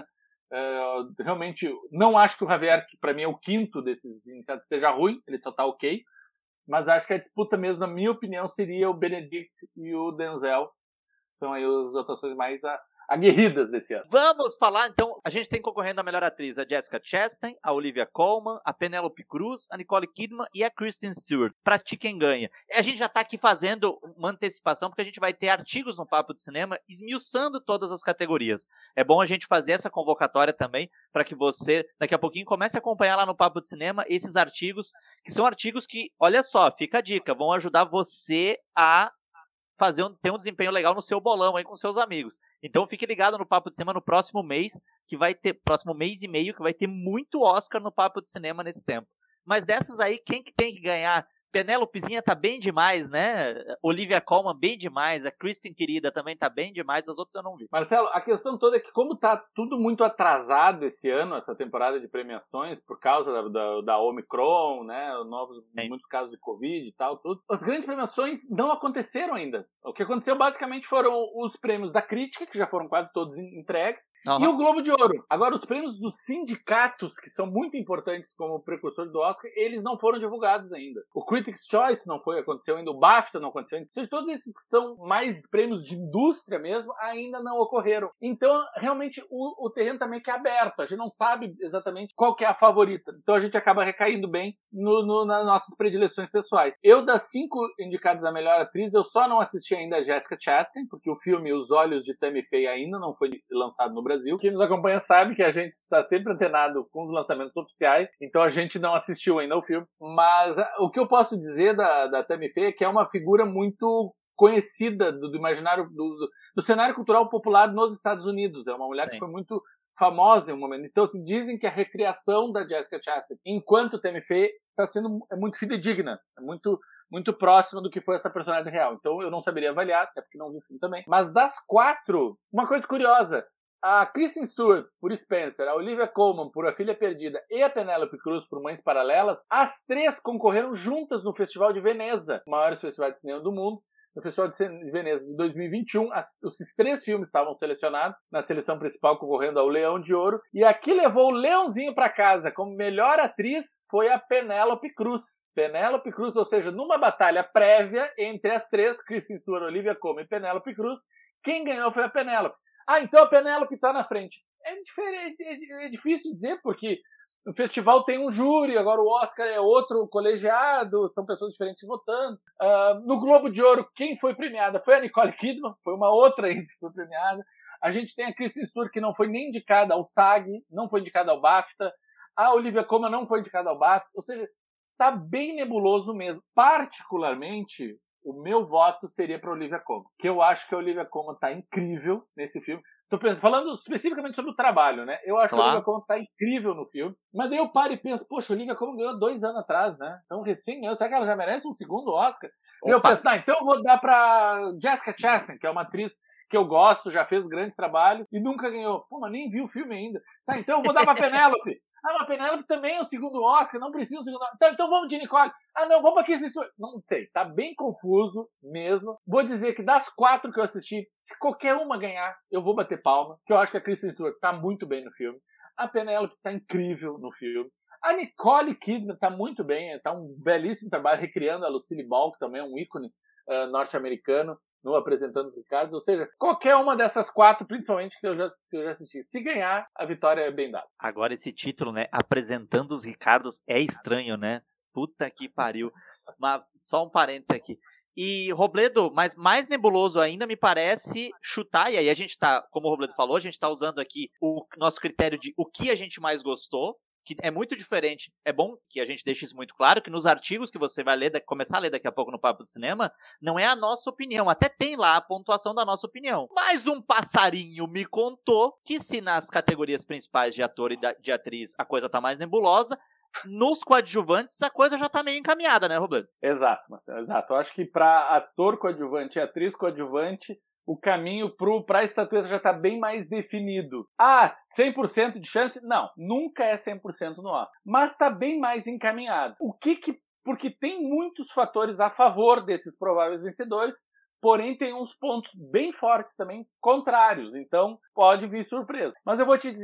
Uh, realmente, não acho que o Javier, que para mim é o quinto desses indicados, seja ruim, ele só tá ok. Mas acho que a disputa mesmo, na minha opinião, seria o Benedict e o Denzel. São aí as atuações mais aguerridas desse ano. Vamos falar, então, a gente tem concorrendo a melhor atriz a Jessica Chastain, a Olivia Colman, a Penélope Cruz, a Nicole Kidman e a Kristen Stewart. Pra ti quem ganha. A gente já tá aqui fazendo uma antecipação, porque a gente vai ter artigos no Papo de Cinema esmiuçando todas as categorias. É bom a gente fazer essa convocatória também, para que você, daqui a pouquinho, comece a acompanhar lá no Papo de Cinema esses artigos, que são artigos que, olha só, fica a dica, vão ajudar você a fazer um, ter um desempenho legal no seu bolão aí com seus amigos. Então fique ligado no Papo de Cinema no próximo mês, que vai ter, próximo mês e meio, que vai ter muito Oscar no Papo de Cinema nesse tempo. Mas dessas aí, quem que tem que ganhar? Penélopezinha tá bem demais, né? Olivia Colman bem demais, a Kristen querida também tá bem demais, as outras eu não vi. Marcelo, a questão toda é que como tá tudo muito atrasado esse ano, essa temporada de premiações, por causa da, da, da Omicron, né, novos, muitos casos de Covid e tal, tudo, as grandes premiações não aconteceram ainda. O que aconteceu basicamente foram os prêmios da crítica, que já foram quase todos entregues, uhum. E o Globo de Ouro. Agora, os prêmios dos sindicatos, que são muito importantes como precursor do Oscar, eles não foram divulgados ainda. O Critics' Choice não foi, aconteceu ainda, o BAFTA não aconteceu ainda. Ou seja, todos esses que são mais prêmios de indústria mesmo, ainda não ocorreram. Então, realmente, o, o terreno também que é aberto. A gente não sabe exatamente qual que é a favorita. Então, a gente acaba recaindo bem no, no, nas nossas predileções pessoais. Eu, das cinco indicadas a melhor atriz, eu só não assisti ainda a Jessica Chastain, porque o filme Os Olhos de Tammy Faye ainda não foi lançado no Brasil. Brasil. Quem nos acompanha sabe que a gente está sempre antenado com os lançamentos oficiais, então a gente não assistiu ainda o filme. Mas o que eu posso dizer da, da Tammy Faye é que é uma figura muito conhecida do, do imaginário, do, do cenário cultural popular nos Estados Unidos. É uma mulher Sim. que foi muito famosa em um momento. Então, assim, dizem que a recriação da Jessica Chastain enquanto Tammy Faye está sendo é muito fidedigna, é muito... muito próxima do que foi essa personagem real. Então eu não saberia avaliar, até porque não vi o filme também. Mas das quatro, uma coisa curiosa, a Kristen Stewart por Spencer, a Olivia Colman por A Filha Perdida e a Penélope Cruz por Mães Paralelas, as três concorreram juntas no Festival de Veneza, o maior festival de cinema do mundo. No Festival de Veneza de dois mil e vinte e um, as, esses três filmes estavam selecionados na seleção principal, concorrendo ao Leão de Ouro. E aqui levou o Leãozinho para casa como melhor atriz foi a Penélope Cruz. Penélope Cruz, ou seja, numa batalha prévia entre as três, Kristen Stewart, Olivia Colman e Penélope Cruz, quem ganhou foi a Penélope. Ah, então a Penélope está na frente. É, diferente, é, é difícil dizer, porque o festival tem um júri, agora o Oscar é outro colegiado, são pessoas diferentes votando. Uh, no Globo de Ouro, quem foi premiada foi a Nicole Kidman, foi uma outra ainda que foi premiada. A gente tem a Kristen Stewart, que não foi nem indicada ao SAG, não foi indicada ao BAFTA. A Olivia Colman não foi indicada ao BAFTA. Ou seja, está bem nebuloso mesmo. Particularmente, o meu voto seria para a Olivia Colman, que eu acho que a Olivia Colman está incrível nesse filme. Tô pensando, falando especificamente sobre o trabalho, né? Eu acho claro. que a Olivia Colman tá incrível no filme. Mas daí eu paro e penso, poxa, a Olivia Colman ganhou dois anos atrás, né? Então recém ganhou. Será que ela já merece um segundo Oscar? Opa. E eu penso, ah, então eu vou dar pra Jessica Chastain, que é uma atriz que eu gosto, já fez grandes trabalhos e nunca ganhou. Pô, mas nem vi o filme ainda. Tá, então eu vou dar pra Penélope. Ah, mas Penélope também é o segundo Oscar, não precisa o segundo Oscar. Então, então vamos de Nicole. Ah, não, vamos aqui assistir. Não sei, tá bem confuso mesmo. Vou dizer que das quatro que eu assisti, se qualquer uma ganhar, eu vou bater palma, que eu acho que a Kristen Stewart tá muito bem no filme. A Penélope tá incrível no filme. A Nicole Kidman tá muito bem, tá um belíssimo trabalho recriando a Lucille Ball, que também é um ícone uh, norte-americano, no Apresentando os Ricardos. Ou seja, qualquer uma dessas quatro, principalmente que eu, já, que eu já assisti, se ganhar, a vitória é bem dada. Agora esse título, né, Apresentando os Ricardos, é estranho, né? Puta que pariu. Mas, só um parênteses aqui. E, Robledo, mas mais nebuloso ainda me parece chutar, e aí a gente tá, como o Robledo falou, a gente tá usando aqui o nosso critério de o que a gente mais gostou, que é muito diferente. É bom que a gente deixe isso muito claro, que nos artigos que você vai ler, começar a ler daqui a pouco no Papo do Cinema, não é a nossa opinião. Até tem lá a pontuação da nossa opinião. Mas um passarinho me contou que se nas categorias principais de ator e de atriz a coisa tá mais nebulosa, nos coadjuvantes a coisa já tá meio encaminhada, né, Roberto? Exato, exato. Eu acho que para ator coadjuvante e atriz coadjuvante, o caminho para a estatueta já está bem mais definido. Ah, cem por cento de chance? Não, nunca é cem por cento no Oscar. Mas está bem mais encaminhado. O que que... Porque tem muitos fatores a favor desses prováveis vencedores, porém tem uns pontos bem fortes também contrários. Então, pode vir surpresa. Mas eu vou te dizer,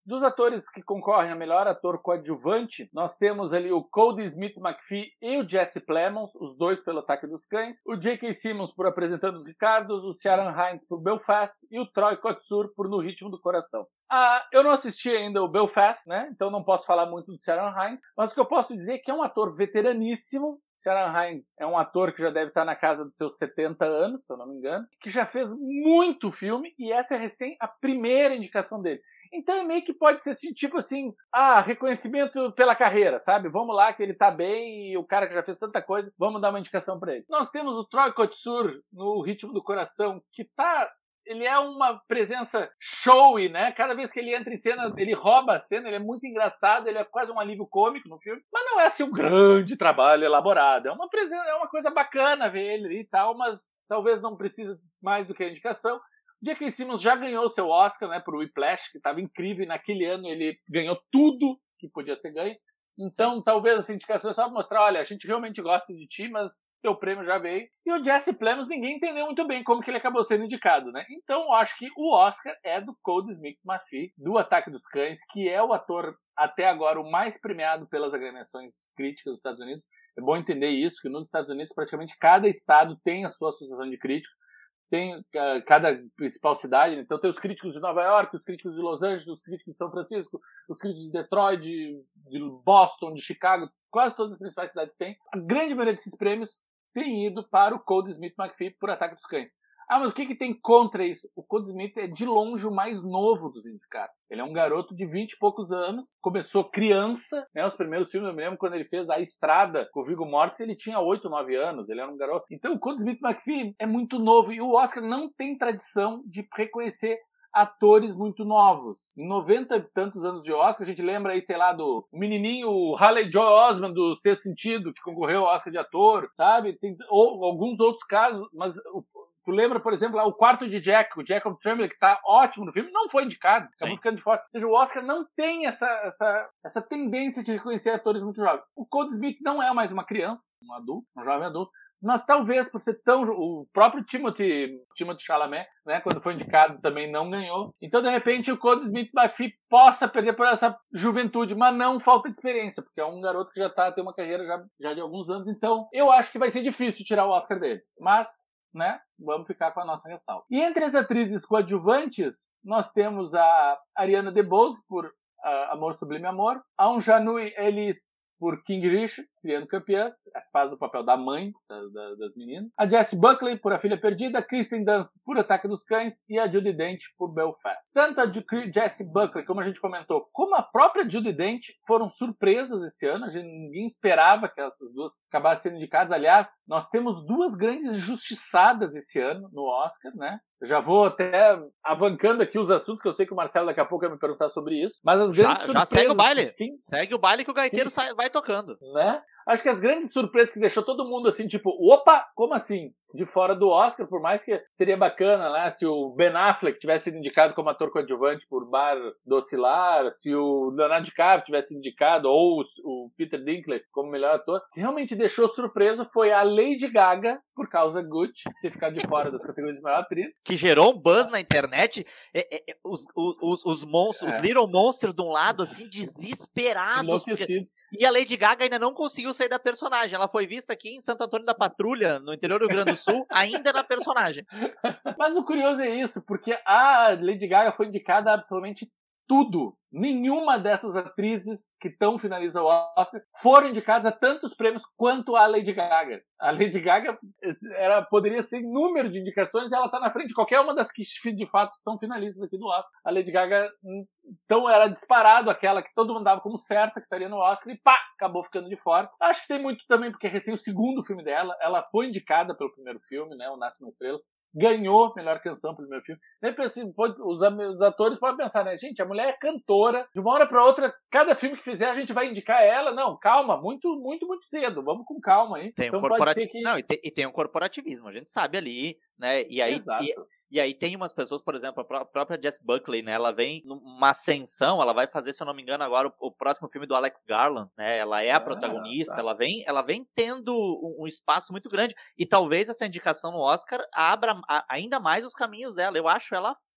Dos atores que concorrem a melhor ator coadjuvante, nós temos ali o Cody Smith McPhee e o Jesse Plemons, os dois pelo Ataque dos Cães, o J K. Simmons por Apresentando os Ricardos, o Ciarán Hinds por Belfast e o Troy Kotsur por No Ritmo do Coração. Ah, eu não assisti ainda o Belfast, né? Então não posso falar muito do Ciarán Hinds, mas o que eu posso dizer é que é um ator veteraníssimo. Ciarán Hinds é um ator que já deve estar na casa dos seus setenta anos, se eu não me engano, que já fez muito filme e essa é recém a primeira indicação dele. Então é meio que pode ser assim, tipo assim, ah, reconhecimento pela carreira, sabe? Vamos lá que ele tá bem e o cara que já fez tanta coisa, vamos dar uma indicação pra ele. Nós temos o Troy Kotsur no Ritmo do Coração, que tá... Ele é uma presença showy, né? Cada vez que ele entra em cena, ele rouba a cena, ele é muito engraçado, ele é quase um alívio cômico no filme. Mas não é assim um grande trabalho elaborado. É uma, presença, é uma coisa bacana ver ele e tal, mas talvez não precise mais do que a indicação. J K. Simmons já ganhou seu Oscar, né, pro Whiplash, que estava incrível, e naquele ano ele ganhou tudo que podia ter ganho. Então, talvez essa indicação é só pra mostrar, olha, a gente realmente gosta de ti, mas teu prêmio já veio. E o Jesse Plemons, ninguém entendeu muito bem como que ele acabou sendo indicado, né? Então, eu acho que o Oscar é do Cody Smith McPhee, do Ataque dos Cães, que é o ator, até agora, o mais premiado pelas agremiações críticas dos Estados Unidos. É bom entender isso, que nos Estados Unidos, praticamente cada estado tem a sua associação de críticos. Tem uh, cada principal cidade, então tem os críticos de Nova York, os críticos de Los Angeles, os críticos de São Francisco, os críticos de Detroit, de, de Boston, de Chicago, quase todas as principais cidades têm. A grande maioria desses prêmios tem ido para o Cody Smith McPhee por Ataque dos Cães. Ah, mas o que, que tem contra isso? O Cody Smith é de longe o mais novo dos indicados. Ele é um garoto de vinte e poucos anos, começou criança, né? Os primeiros filmes, eu me lembro quando ele fez A Estrada com o Viggo Mortensen, ele tinha oito, nove anos, ele era um garoto. Então o Cody Smith McPhee é muito novo e o Oscar não tem tradição de reconhecer atores muito novos. Em noventa e tantos anos de Oscar, a gente lembra aí, sei lá, do menininho Haley Joel Osment do Sexto Sentido, que concorreu ao Oscar de ator, sabe? Tem ou, alguns outros casos, mas o tu lembra, por exemplo, lá, o Quarto de Jack, o Jacob Tremblay, que tá ótimo no filme, não foi indicado, acabou ficando de fora. Ou seja, o Oscar não tem essa, essa, essa tendência de reconhecer atores muito jovens. O Cody Smith não é mais uma criança, um adulto, um jovem adulto, mas talvez por ser tão... O próprio Timothy, Timothy Chalamet, né, quando foi indicado, também não ganhou. Então, de repente, o Cody Smith McPhee possa perder por essa juventude, mas não falta de experiência, porque é um garoto que já tá, tem uma carreira já, já de alguns anos. Então, eu acho que vai ser difícil tirar o Oscar dele. Mas... né? Vamos ficar com a nossa ressalva. E entre as atrizes coadjuvantes, nós temos a Ariana DeBose por uh, Amor Sublime Amor, a Aunjanue Ellis por King Richard, Criando Campeãs, faz o papel da mãe da, da, das meninas. A Jessie Buckley por A Filha Perdida, a Kristen Dunst por Ataque dos Cães e a Judi Dench por Belfast. Tanto a Jessie Buckley, como a gente comentou, como a própria Judi Dench foram surpresas esse ano. A gente, ninguém esperava que essas duas acabassem sendo indicadas. Aliás, nós temos duas grandes injustiçadas esse ano no Oscar, né? Eu já vou até avancando aqui os assuntos, que eu sei que o Marcelo daqui a pouco vai me perguntar sobre isso. Mas as grandes já, surpresas... já segue o baile. Quem... Segue o baile que o gaiteiro sai, vai tocando. Né? Acho que as grandes surpresas que deixou todo mundo assim, tipo, opa, como assim? De fora do Oscar, por mais que seria bacana, né? Se o Ben Affleck tivesse sido indicado como ator coadjuvante por Bar do Oscilar, se o Leonardo DiCaprio tivesse sido indicado, ou o Peter Dinklage como melhor ator, que realmente deixou surpresa foi a Lady Gaga, por causa Gucci, ter ficado de fora das categorias de melhor atriz. Que gerou um buzz na internet, é, é, é, os, os, os monstros, é. os Little Monsters de um lado, assim, desesperados. Porque... E a Lady Gaga ainda não conseguiu sair da personagem. Ela foi vista aqui em Santo Antônio da Patrulha, no interior do Rio Grande do Sul, ainda na personagem. Mas o curioso é isso, porque a Lady Gaga foi indicada a absolutamente tudo. Nenhuma dessas atrizes que estão finalizando o Oscar foram indicadas a tantos prêmios quanto a Lady Gaga. A Lady Gaga era, poderia ser número de indicações e ela está na frente de qualquer uma das que de fato são finalistas aqui do Oscar. A Lady Gaga, então, era disparado aquela que todo mundo dava como certa que estaria no Oscar e pá, acabou ficando de fora. Acho que tem muito também porque recém o segundo filme dela, ela foi indicada pelo primeiro filme, né, O Nasce uma Estrela, ganhou melhor canção pelo primeiro filme. Assim, pode, os, os atores podem pensar, né, gente, a mulher é cantora, de uma hora para outra, cada filme que fizer a gente vai indicar ela. Não, calma, muito, muito, muito cedo, vamos com calma aí. Tem então um corporati... que... Não, e tem, e tem um corporativismo, a gente sabe ali, né, e aí... E, e aí tem umas pessoas, por exemplo, a própria Jessie Buckley, né, ela vem numa ascensão, ela vai fazer, se eu não me engano, agora o, o próximo filme do Alex Garland, né, ela é a ah, protagonista, tá. ela, vem, ela vem tendo um, um espaço muito grande, e talvez essa indicação no Oscar abra a, ainda mais os caminhos dela. Eu acho ela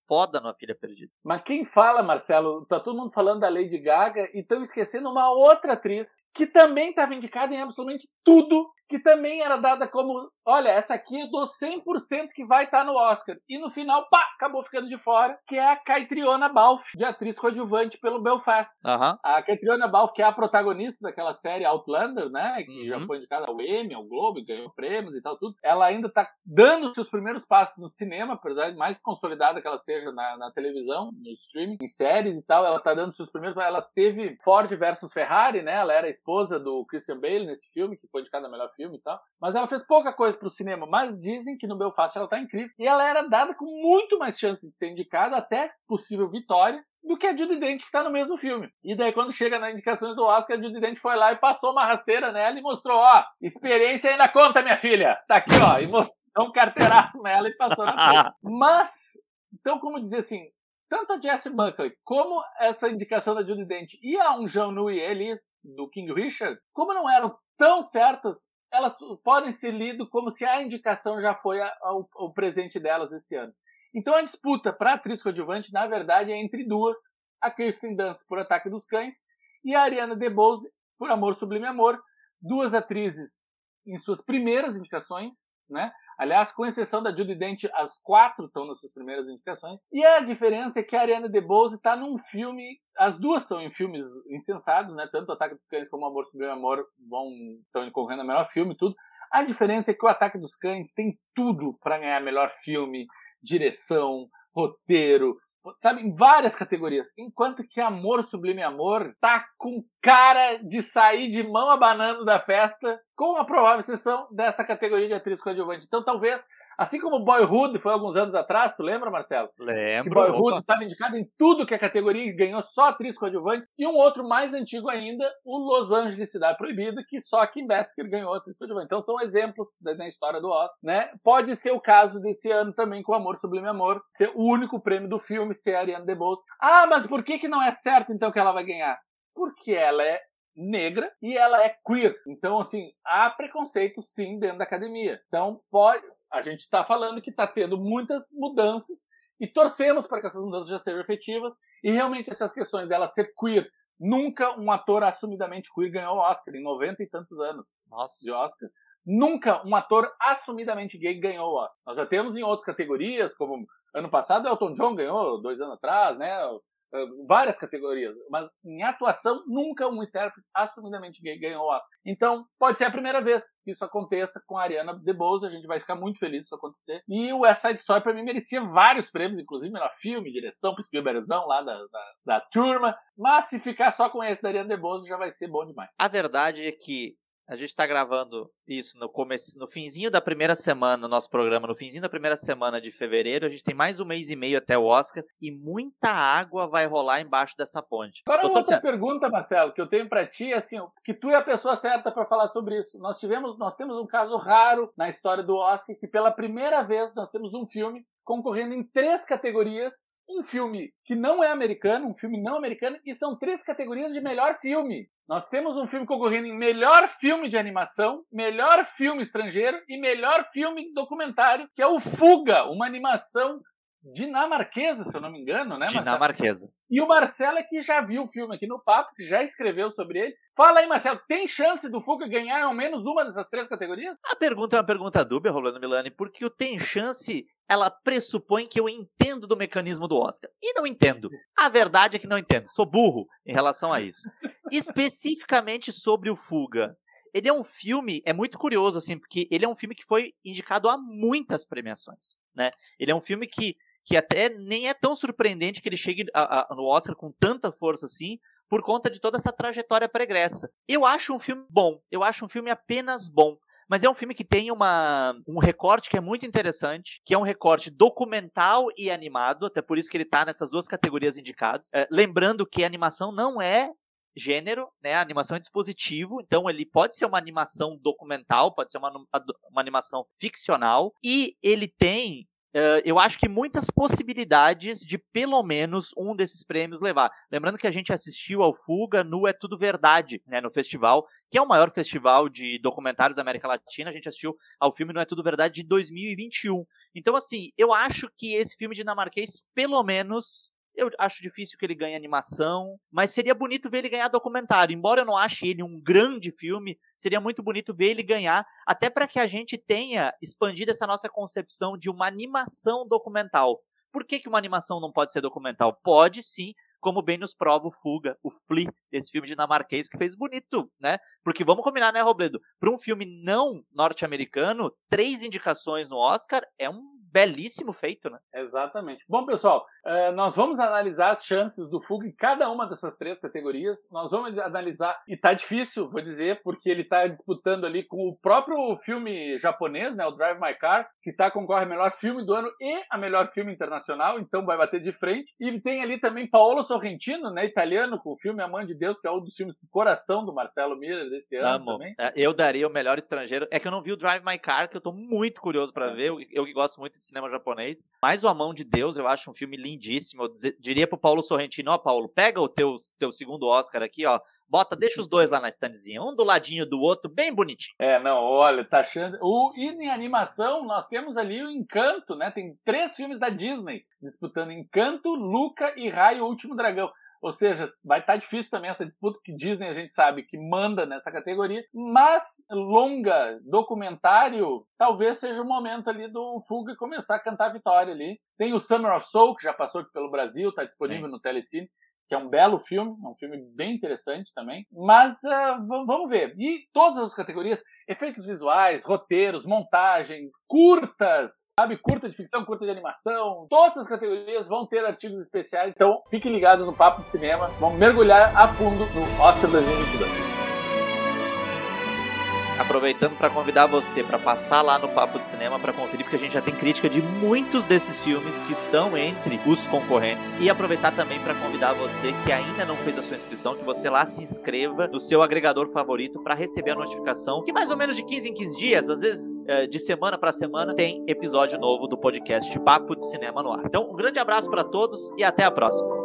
foda no A Filha Perdida. Mas quem fala, Marcelo, tá todo mundo falando da Lady Gaga e estão esquecendo uma outra atriz que também estava indicada em absolutamente tudo, que também era dada como, olha, essa aqui eu dou cem por cento que vai estar no Oscar. E no final, pá, acabou ficando de fora, que é a Caitriona Balfe, de atriz coadjuvante pelo Belfast. Uhum. A Caitriona Balfe, que é a protagonista daquela série Outlander, né, que uhum. já foi indicada ao Emmy, ao Globo, ganhou prêmios e tal, tudo. Ela ainda tá dando seus primeiros passos no cinema, apesar de mais consolidada que ela seja na, na televisão, no streaming, em séries e tal, ela tá dando seus primeiros... Ela teve Ford versus Ferrari, né, ela era a esposa do Christian Bale nesse filme, que foi indicada a melhor filme e tal, mas ela fez pouca coisa pro cinema, mas dizem que no Belfast ela tá incrível, e ela era dada com muito mais chance de ser indicada, até possível vitória, do que a Judi Dench, que tá no mesmo filme. E daí, quando chega nas indicações do Oscar, a Judi Dench foi lá e passou uma rasteira nela e mostrou, ó, experiência ainda conta, minha filha, tá aqui, ó, e mostrou um carteiraço nela e passou na frente. Mas, então, como dizer assim, tanto a Jessie Buckley como essa indicação da Judi Dench e a Aunjanue Elis, do King Richard, como não eram tão certas, elas podem ser lidas como se a indicação já foi a, a, o presente delas esse ano. Então a disputa para atriz coadjuvante, na verdade, é entre duas, a Kirsten Dunst por Ataque dos Cães e a Ariana DeBose por Amor Sublime Amor, duas atrizes em suas primeiras indicações, né? Aliás, com exceção da Judi Dench, as quatro estão nas suas primeiras indicações. E a diferença é que a Ariana DeBose está num filme... As duas estão em filmes insensados, né? Tanto o Ataque dos Cães como o Amor Sublime Amor vão, estão concorrendo a melhor filme e tudo. A diferença é que o Ataque dos Cães tem tudo para ganhar melhor filme, direção, roteiro, sabe, em várias categorias. Enquanto que Amor Sublime Amor tá com cara de sair de mão abanando da festa, com a provável exceção dessa categoria de atriz coadjuvante. Então talvez, assim como Boyhood foi alguns anos atrás, tu lembra, Marcelo? Lembro. Que Boyhood estava indicado em tudo que a categoria ganhou só atriz coadjuvante. E um outro mais antigo ainda, o Los Angeles Cidade Proibida, que só a Kim Basinger ganhou atriz coadjuvante. Então são exemplos na história do Oscar, né? Pode ser o caso desse ano também com Amor Sublime Amor, ser o único prêmio do filme ser a Ariana DeBose. Ah, mas por que que não é certo então que ela vai ganhar? Porque ela é negra e ela é queer. Então, assim, há preconceito sim dentro da academia. Então, pode... A gente está falando que está tendo muitas mudanças e torcemos para que essas mudanças já sejam efetivas. E realmente essas questões dela ser queer, nunca um ator assumidamente queer ganhou o Oscar, em noventa e tantos anos Nossa. de Oscar. Nunca um ator assumidamente gay ganhou o Oscar. Nós já temos em outras categorias, como ano passado Elton John ganhou, dois anos atrás, né? Várias categorias, mas em atuação nunca um intérprete assumidamente gay ganhou o Oscar. Então pode ser a primeira vez que isso aconteça com a Ariana DeBose, a gente vai ficar muito feliz se isso acontecer. E o West Side Story para mim merecia vários prêmios, inclusive melhor filme, direção, pro Spielbergzão lá da, da, da turma, mas se ficar só com esse da Ariana DeBose já vai ser bom demais. A verdade é que a gente está gravando isso no começo, no finzinho da primeira semana, no nosso programa, no finzinho da primeira semana de fevereiro. A gente tem mais um mês e meio até o Oscar e muita água vai rolar embaixo dessa ponte. Agora, Tô outra torcendo. pergunta, Marcelo, que eu tenho para ti, assim, que tu é a pessoa certa para falar sobre isso. Nós tivemos, nós temos um caso raro na história do Oscar, que pela primeira vez nós temos um filme concorrendo em três categorias. Um filme que não é americano, um filme não americano, e são três categorias de melhor filme. Nós temos um filme concorrendo em melhor filme de animação, melhor filme estrangeiro e melhor filme documentário, que é o Fuga, uma animação dinamarquesa, se eu não me engano, né, Marcelo? Dinamarquesa. E o Marcelo é que já viu o filme aqui no Papo, que já escreveu sobre ele. Fala aí, Marcelo, tem chance do Fuga ganhar ao menos uma dessas três categorias? A pergunta é uma pergunta dúbia, Rolando Milani, porque o tem chance, ela pressupõe que eu entendo do mecanismo do Oscar. E não entendo. A verdade é que não entendo. Sou burro em relação a isso. Especificamente sobre o Fuga. Ele é um filme, é muito curioso, assim, porque ele é um filme que foi indicado a muitas premiações, né? Ele é um filme que, que até nem é tão surpreendente que ele chegue a, a, no Oscar com tanta força assim, por conta de toda essa trajetória pregressa. Eu acho um filme bom, eu acho um filme apenas bom. Mas é um filme que tem uma, um recorte que é muito interessante, que é um recorte documental e animado, até por isso que ele está nessas duas categorias indicadas. É, lembrando que a animação não é gênero, né? A animação é dispositivo, então ele pode ser uma animação documental, pode ser uma, uma animação ficcional, e ele tem uh, eu acho que muitas possibilidades de pelo menos um desses prêmios levar. Lembrando que a gente assistiu ao Fuga no É Tudo Verdade, né, no festival, que é o maior festival de documentários da América Latina. A gente assistiu ao filme No É Tudo Verdade de dois mil e vinte e um. Então, assim, eu acho que esse filme dinamarquês, pelo menos... Eu acho difícil que ele ganhe animação, mas seria bonito ver ele ganhar documentário. Embora eu não ache ele um grande filme, seria muito bonito ver ele ganhar, até para que a gente tenha expandido essa nossa concepção de uma animação documental. Por que que uma animação não pode ser documental? Pode sim, como bem nos prova o Fuga, o Flea, esse filme dinamarquês que fez bonito, né? Porque vamos combinar, né, Robledo? Para um filme não norte-americano, três indicações no Oscar é um belíssimo feito, né? Exatamente. Bom, pessoal, uh, nós vamos analisar as chances do Fuga em cada uma dessas três categorias. Nós vamos analisar, e tá difícil, vou dizer, porque ele tá disputando ali com o próprio filme japonês, né, o Drive My Car, que tá concorre a melhor filme do ano e a melhor filme internacional, então vai bater de frente. E tem ali também Paolo Sorrentino, né, italiano, com o filme A Mãe de Deus, que é um dos filmes do coração do Marcelo Miller desse ano. Amo. Também. Eu daria o melhor estrangeiro. É que eu não vi o Drive My Car, que eu tô muito curioso pra ver. Eu, eu que gosto muito de cinema japonês. Mas o A Mão de Deus, eu acho um filme lindíssimo. Eu dizer, diria pro Paulo Sorrentino, ó, Paulo, pega o teu, teu segundo Oscar aqui, ó. Bota, deixa os dois lá na standzinha, um do ladinho do outro, bem bonitinho. É, não, olha, tá achando... O, e em animação, nós temos ali o Encanto, né? Tem três filmes da Disney disputando Encanto, Luca e Raio, o Último Dragão. Ou seja, vai estar difícil também essa disputa, que Disney a gente sabe que manda nessa categoria. Mas longa, documentário, talvez seja o momento ali do Fuga começar a cantar a vitória ali. Tem o Summer of Soul, que já passou aqui pelo Brasil, está disponível Sim. no Telecine, que é um belo filme, é um filme bem interessante também. Mas uh, vamos ver. E todas as categorias, efeitos visuais, roteiros, montagem, curtas, sabe? Curta de ficção, curta de animação. Todas as categorias vão ter artigos especiais. Então, fiquem ligados no Papo de Cinema. Vamos mergulhar a fundo no Oscar dois mil e vinte e dois. Aproveitando para convidar você para passar lá no Papo de Cinema para conferir, porque a gente já tem crítica de muitos desses filmes que estão entre os concorrentes. E aproveitar também para convidar você que ainda não fez a sua inscrição, que você lá se inscreva no seu agregador favorito para receber a notificação, que mais ou menos de quinze em quinze dias, às vezes de semana para semana, tem episódio novo do podcast Papo de Cinema no ar. Então, um grande abraço para todos e até a próxima.